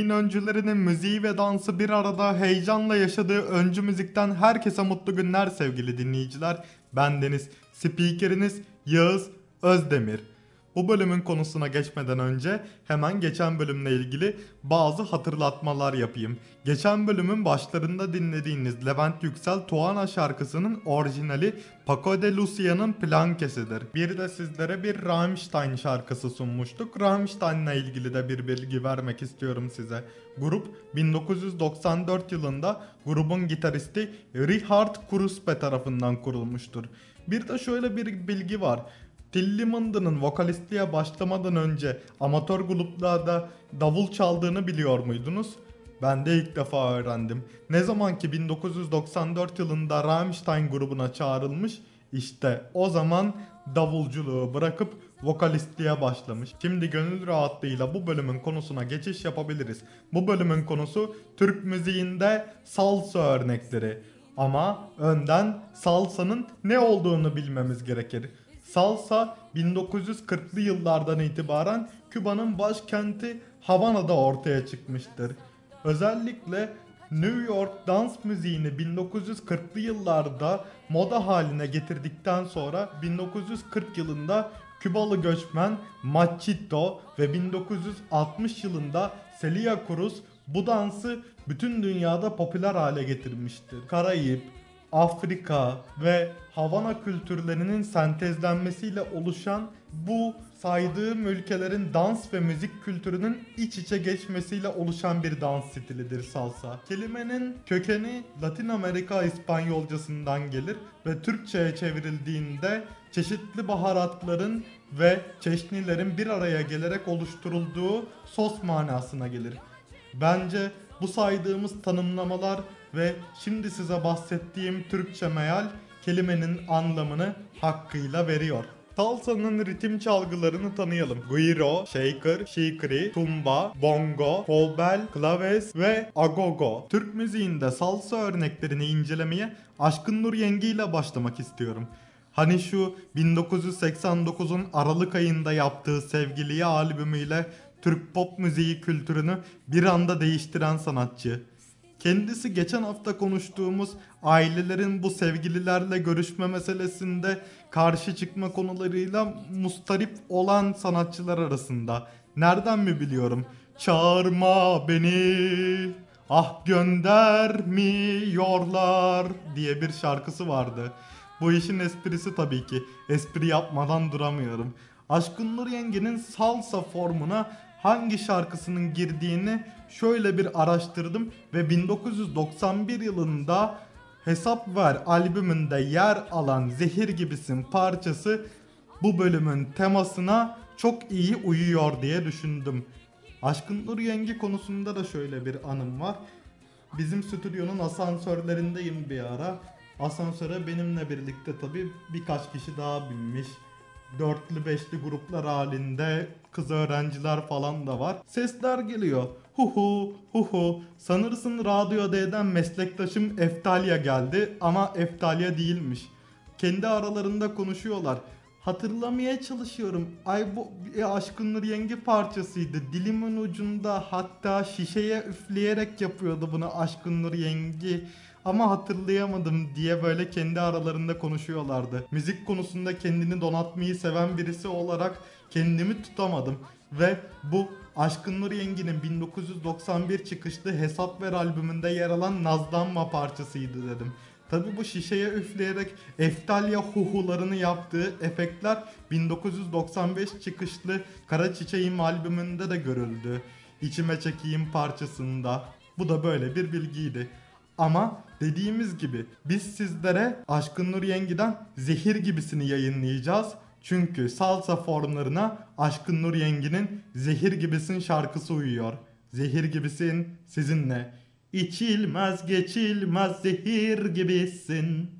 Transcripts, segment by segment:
müziğin öncülerinin müziği ve dansı bir arada heyecanla yaşadığı öncü müzikten herkese mutlu günler sevgili dinleyiciler. Ben Deniz, spikeriniz Yağız Özdemir. Bu bölümün konusuna geçmeden önce hemen geçen bölümle ilgili bazı hatırlatmalar yapayım. Geçen bölümün başlarında dinlediğiniz Levent Yüksel Tuana şarkısının orijinali Paco de Lucia'nın Plankesi'dir. Bir de sizlere bir Rammstein şarkısı sunmuştuk. Rammstein'la ilgili de bir bilgi vermek istiyorum size. Grup 1994 yılında grubun gitaristi Richard Kruspe tarafından kurulmuştur. Bir de şöyle bir bilgi var. Till Lindemann vokalistliğe başlamadan önce amatör gruplarda davul çaldığını biliyor muydunuz? Ben de ilk defa öğrendim. Ne zaman ki 1994 yılında Rammstein grubuna çağrılmış, işte o zaman davulculuğu bırakıp vokalistliğe başlamış. Şimdi gönül rahatlığıyla bu bölümün konusuna geçiş yapabiliriz. Bu bölümün konusu Türk müziğinde salsa örnekleri. Ama önden salsanın ne olduğunu bilmemiz gerekir. Salsa 1940'lı yıllardan itibaren Küba'nın başkenti Havana'da ortaya çıkmıştır. Özellikle New York dans müziğini 1940'lı yıllarda moda haline getirdikten sonra 1940 yılında Kübalı göçmen Machito ve 1960 yılında Celia Cruz bu dansı bütün dünyada popüler hale getirmiştir. Karayip, Afrika ve Havana kültürlerinin sentezlenmesiyle oluşan bu saydığım ülkelerin dans ve müzik kültürünün iç içe geçmesiyle oluşan bir dans stilidir salsa. Kelimenin kökeni Latin Amerika İspanyolcasından gelir ve Türkçe'ye çevrildiğinde çeşitli baharatların ve çeşnilerin bir araya gelerek oluşturulduğu sos manasına gelir. Bence bu saydığımız tanımlamalar ve şimdi size bahsettiğim Türkçe meal kelimenin anlamını hakkıyla veriyor. Salsa'nın ritim çalgılarını tanıyalım. Güiro, shaker, shikri, tumba, bongo, kobel, klaves ve agogo. Türk müziğinde salsa örneklerini incelemeye Aşkın Nur Yengi ile başlamak istiyorum. Hani şu 1989'un Aralık ayında yaptığı Sevgiliye albümüyle Türk pop müziği kültürünü bir anda değiştiren sanatçı. Kendisi geçen hafta konuştuğumuz ailelerin bu sevgililerle görüşme meselesinde karşı çıkma konularıyla mustarip olan sanatçılar arasında. Nereden mi biliyorum? Çağırma beni, ah göndermiyorlar diye bir şarkısı vardı. Bu işin esprisi tabii ki. Espri yapmadan duramıyorum. Aşkın Nur Yengi'nin salsa formuna hangi şarkısının girdiğini şöyle bir araştırdım ve 1991 yılında Hesap Ver albümünde yer alan Zehir Gibisin parçası bu bölümün temasına çok iyi uyuyor diye düşündüm. Aşkın Nur Yengi konusunda da şöyle bir anım var. Bizim stüdyonun asansörlerindeyim bir ara. Asansöre benimle birlikte tabii birkaç kişi daha binmiş. Dörtlü beşli gruplar halinde kız öğrenciler falan da var. Sesler geliyor. Hu hu hu hu. Sanırsın Radyo D'den meslektaşım Eftalya geldi ama Eftalya değilmiş. Kendi aralarında konuşuyorlar. Hatırlamaya çalışıyorum. Ay bu Aşkın Nur Yengi parçasıydı. Dilimin ucunda, hatta şişeye üfleyerek yapıyordu bunu Aşkın Nur Yengi. Ama hatırlayamadım diye böyle kendi aralarında konuşuyorlardı. Müzik konusunda kendini donatmayı seven birisi olarak kendimi tutamadım. Ve bu Aşkın Nur Yengi'nin 1991 çıkışlı Hesap Ver albümünde yer alan Nazlanma parçasıydı dedim. Tabi bu şişeye üfleyerek Eftalya huhularını yaptığı efektler 1995 çıkışlı Kara Çiçeğim albümünde de görüldü. İçime Çekeyim parçasında. Bu da böyle bir bilgiydi. Ama dediğimiz gibi biz sizlere Aşkın Nur Yengi'den Zehir Gibisini yayınlayacağız. Çünkü salsa formlarına Aşkın Nur Yengi'nin Zehir Gibisin şarkısı uyuyor. Zehir gibisin sizinle. İçilmez geçilmez zehir gibisin.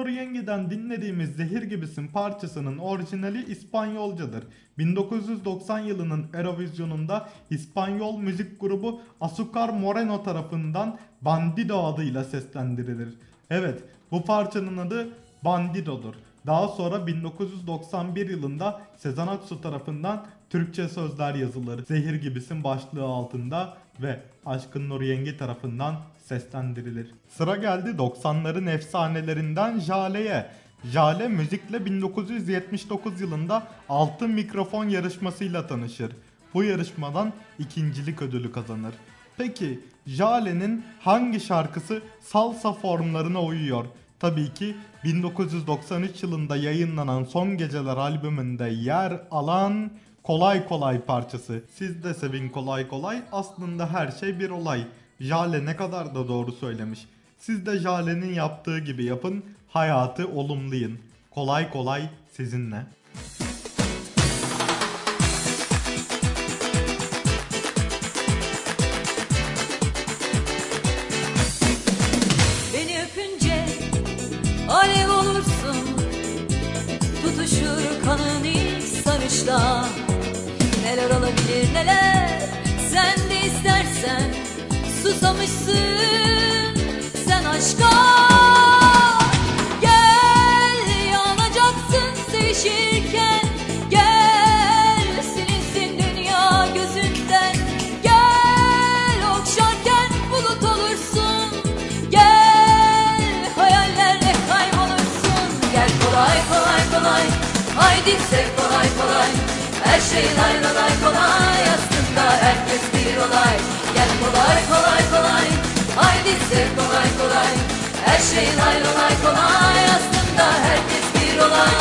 Nur Yengi'den dinlediğimiz Zehir Gibisin parçasının orijinali İspanyolcadır. 1990 yılının Eurovision'unda İspanyol müzik grubu Azúcar Moreno tarafından Bandido adıyla seslendirilir. Evet, bu parçanın adı Bandido'dur. Daha sonra 1991 yılında Sezen Aksu tarafından Türkçe sözler yazılır. Zehir Gibisin başlığı altında ve Aşkın Nur Yengi tarafından seslendirilir. Sıra geldi 90'ların efsanelerinden Jale'ye. Jale müzikle 1979 yılında Altın Mikrofon yarışmasıyla tanışır. Bu yarışmadan ikincilik ödülü kazanır. Peki Jale'nin hangi şarkısı salsa formlarına uyuyor? Tabii ki 1993 yılında yayınlanan Son Geceler albümünde yer alan Kolay Kolay parçası. Siz de sevin kolay kolay, aslında her şey bir olay. Jale ne kadar da doğru söylemiş. Siz de Jale'nin yaptığı gibi yapın, hayatı olumlayın. Kolay kolay sizinle. Beni öpünce alev olursun, tutuşur kanın ilk sarışta. Neler olabilir neler, sen de istersen. Susamışsın sen aşka. Gel yanacaksın sevişirken. Gel silinsin dünya gözünden. Gel okşarken bulut olursun. Gel hayallerle kaybolursun. Gel kolay kolay kolay, haydi sev kolay kolay. Her şey lay lay kolay, aslında herkes bir olay. Gel kolay kolay kolay, haydi sev kolay kolay. Her şey lay lay kolay, aslında herkes bir olay.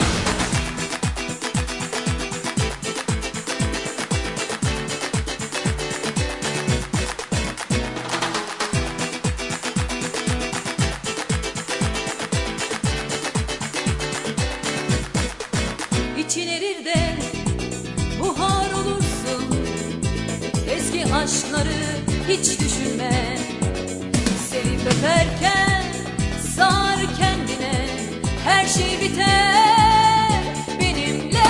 İçin erir de buhar olursun. Eski aşkları hiç düşünme. Sevip öperken sar kendine. Her şey biter benimle.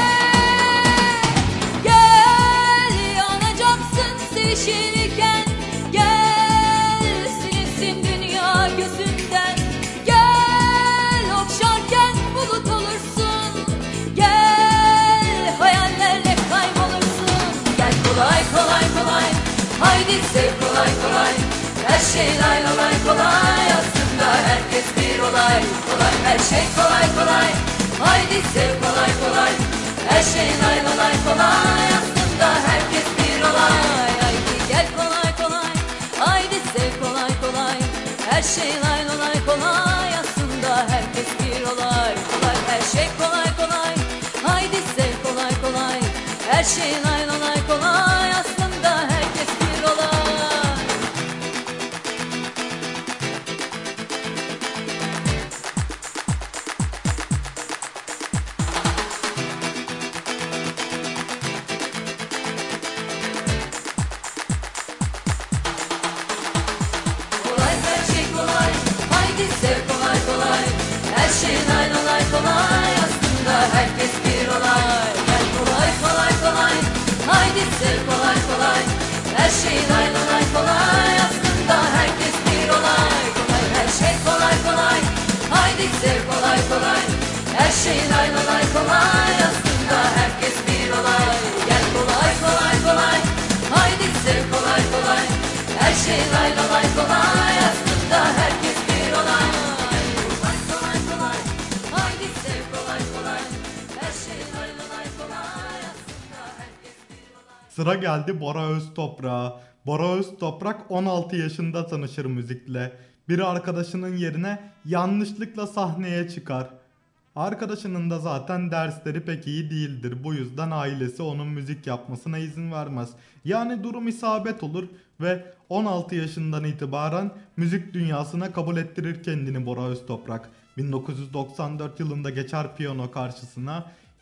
Gel yanacaksın sevişirken. Gel silinsin dünya gözünden. Gel okşarken bulut olursun. Gel hayallerle kaybolursun. Gel kolay kolay kolay, haydi sev kolay kolay. Her şey lay lay kolay, aslında herkes bir olay. Kolay her şey kolay kolay, haydi sev kolay kolay. Her şey lay lay kolay, aslında herkes bir olay. Haydi gel kolay kolay, haydi sev kolay kolay. Her şey lay lay kolay, aslında herkes bir olay. Kolay her şey kolay kolay, haydi sev kolay kolay. Her şey lay lay kolay, aslında herkes bir olay. Kolay her şey kolay, haydi sev kolay kolay. Her şey lay lay kolay, aslında herkes bir olay. Gel kolay kolay kolay, haydi sev kolay kolay. Her şey lay lay kolay, aslında herkes bir olay. Kolay her şey kolay kolay, haydi sev kolay kolay. Her şey lay lay kolay, aslında herkes bir olay. Gel kolay kolay kolay, haydi sev kolay kolay. Her şey lay lay kolay, aslında herkes bir olay. Kolay kolay kolay, haydi sev kolay kolay. Her şey lay lay kolay, aslında herkes bir olay. Sıra geldi Bora Öztoprak'a. Bora Öztoprak 16 yaşında tanışır müzikle. Bir arkadaşının yerine yanlışlıkla sahneye çıkar. Arkadaşının da zaten dersleri pek iyi değildir. Bu yüzden ailesi onun müzik yapmasına izin vermez. Yani durum isabet olur ve 16 yaşından itibaren müzik dünyasına kabul ettirir kendini Bora Öztoprak. 1994 yılında geçer piyano karşısına.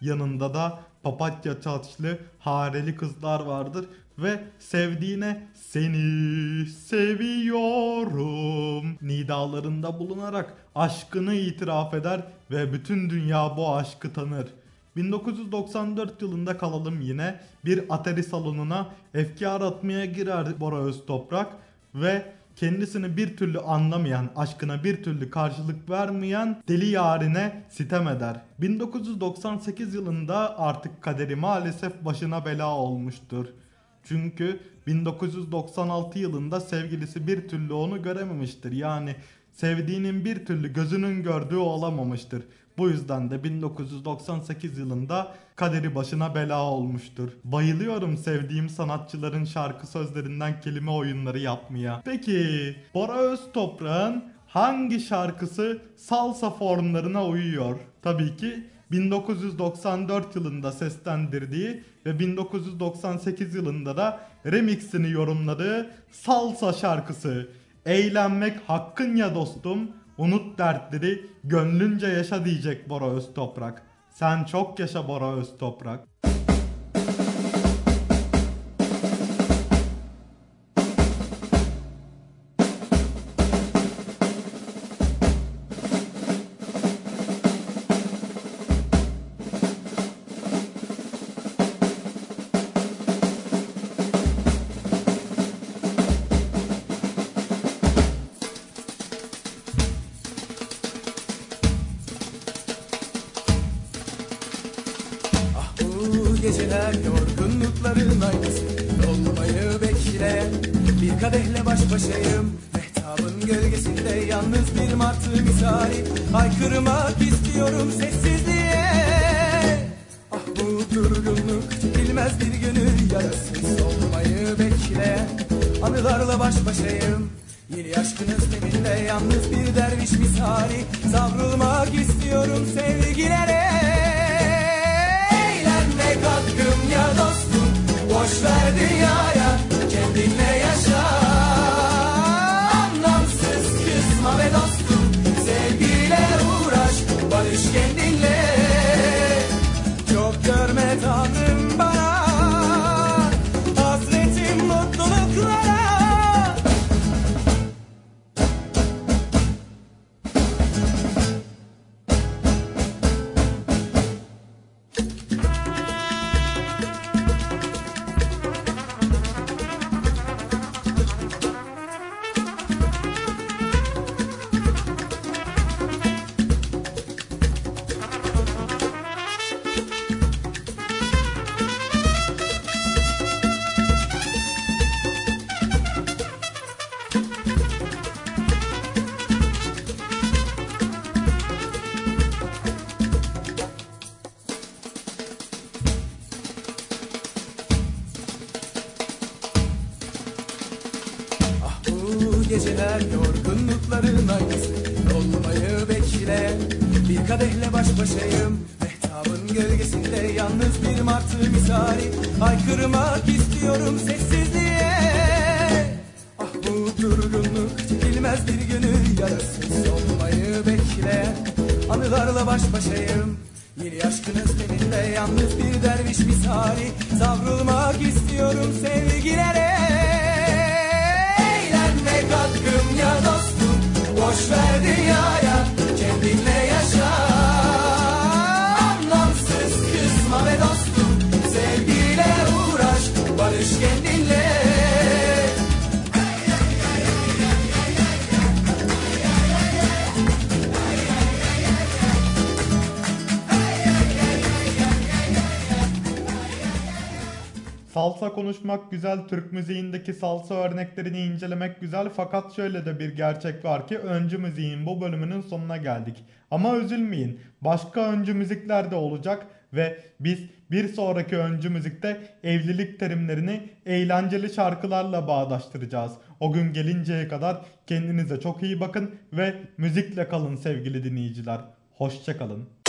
Yanında da papatya saçlı hareli kızlar vardır ve sevdiğine seni seviyorum nidalarında bulunarak aşkını itiraf eder ve bütün dünya bu aşkı tanır. 1994 yılında kalalım yine, bir Atari salonuna efkar atmaya girer Bora Öztoprak ve kendisini bir türlü anlamayan, aşkına bir türlü karşılık vermeyen deli yarine sitem eder. 1998 yılında artık kaderi maalesef başına bela olmuştur. Çünkü 1996 yılında sevgilisi bir türlü onu görememiştir. Yani sevdiğinin bir türlü gözünün gördüğü olamamıştır. Bu yüzden de 1998 yılında kaderi başına bela olmuştur. Bayılıyorum sevdiğim sanatçıların şarkı sözlerinden kelime oyunları yapmaya. Peki Bora Öztoprak'ın hangi şarkısı salsa formlarına uyuyor? Tabii ki 1994 yılında seslendirdiği ve 1998 yılında da remixini yorumladığı salsa şarkısı. Eğlenmek hakkın ya dostum, unut dertleri, gönlünce yaşa diyecek Bora Öztoprak. Sen çok yaşa Bora Öztoprak. Geceler yorgunlukların aynısı, dolmayı bekleyen bir kadehle baş başayım. Mehtabın gölgesinde yalnız bir martı misali, haykırmak istiyorum sessizliğe. Ah bu durgunluk çekilmez bir gönül yarası, solmayı bekleyen anılarla baş başayım. Yeni aşkın özleminde yalnız bir derviş misali, savrulmak istiyorum sevgilere. Hakkım ya dostum, boş ver dünyaya, kendinle yaşa. Anlamsız kızma be dostum, sevgiyle uğraş, barış kendinle. Çok görme Tanrım bana, hasretim mutluluklara. Geceler yorgunlukların aynısı, dolmayı bekleyen bir kadehle baş başayım. Mehtabın gölgesinde yalnız bir martı misali, haykırmak istiyorum sessizliğe. Ah bu durgunluk çekilmez bir gönül yarası, solmayı bekleyen anılarla baş başayım. Yeni aşkın özleminde yalnız bir derviş misali, savrulmak istiyorum sevgilere. Hakkım ya dostum, boş ver dünyaya, kendinle yaşa. Anlamsız kızma be dostum, sevgiyle uğraş, barış kendinle. Salsa konuşmak güzel, Türk müziğindeki salsa örneklerini incelemek güzel, fakat şöyle de bir gerçek var ki öncü müziğin bu bölümünün sonuna geldik. Ama üzülmeyin, başka öncü müzikler de olacak ve biz bir sonraki öncü müzikte evlilik terimlerini eğlenceli şarkılarla bağdaştıracağız. O gün gelinceye kadar kendinize çok iyi bakın ve müzikle kalın sevgili dinleyiciler. Hoşça kalın.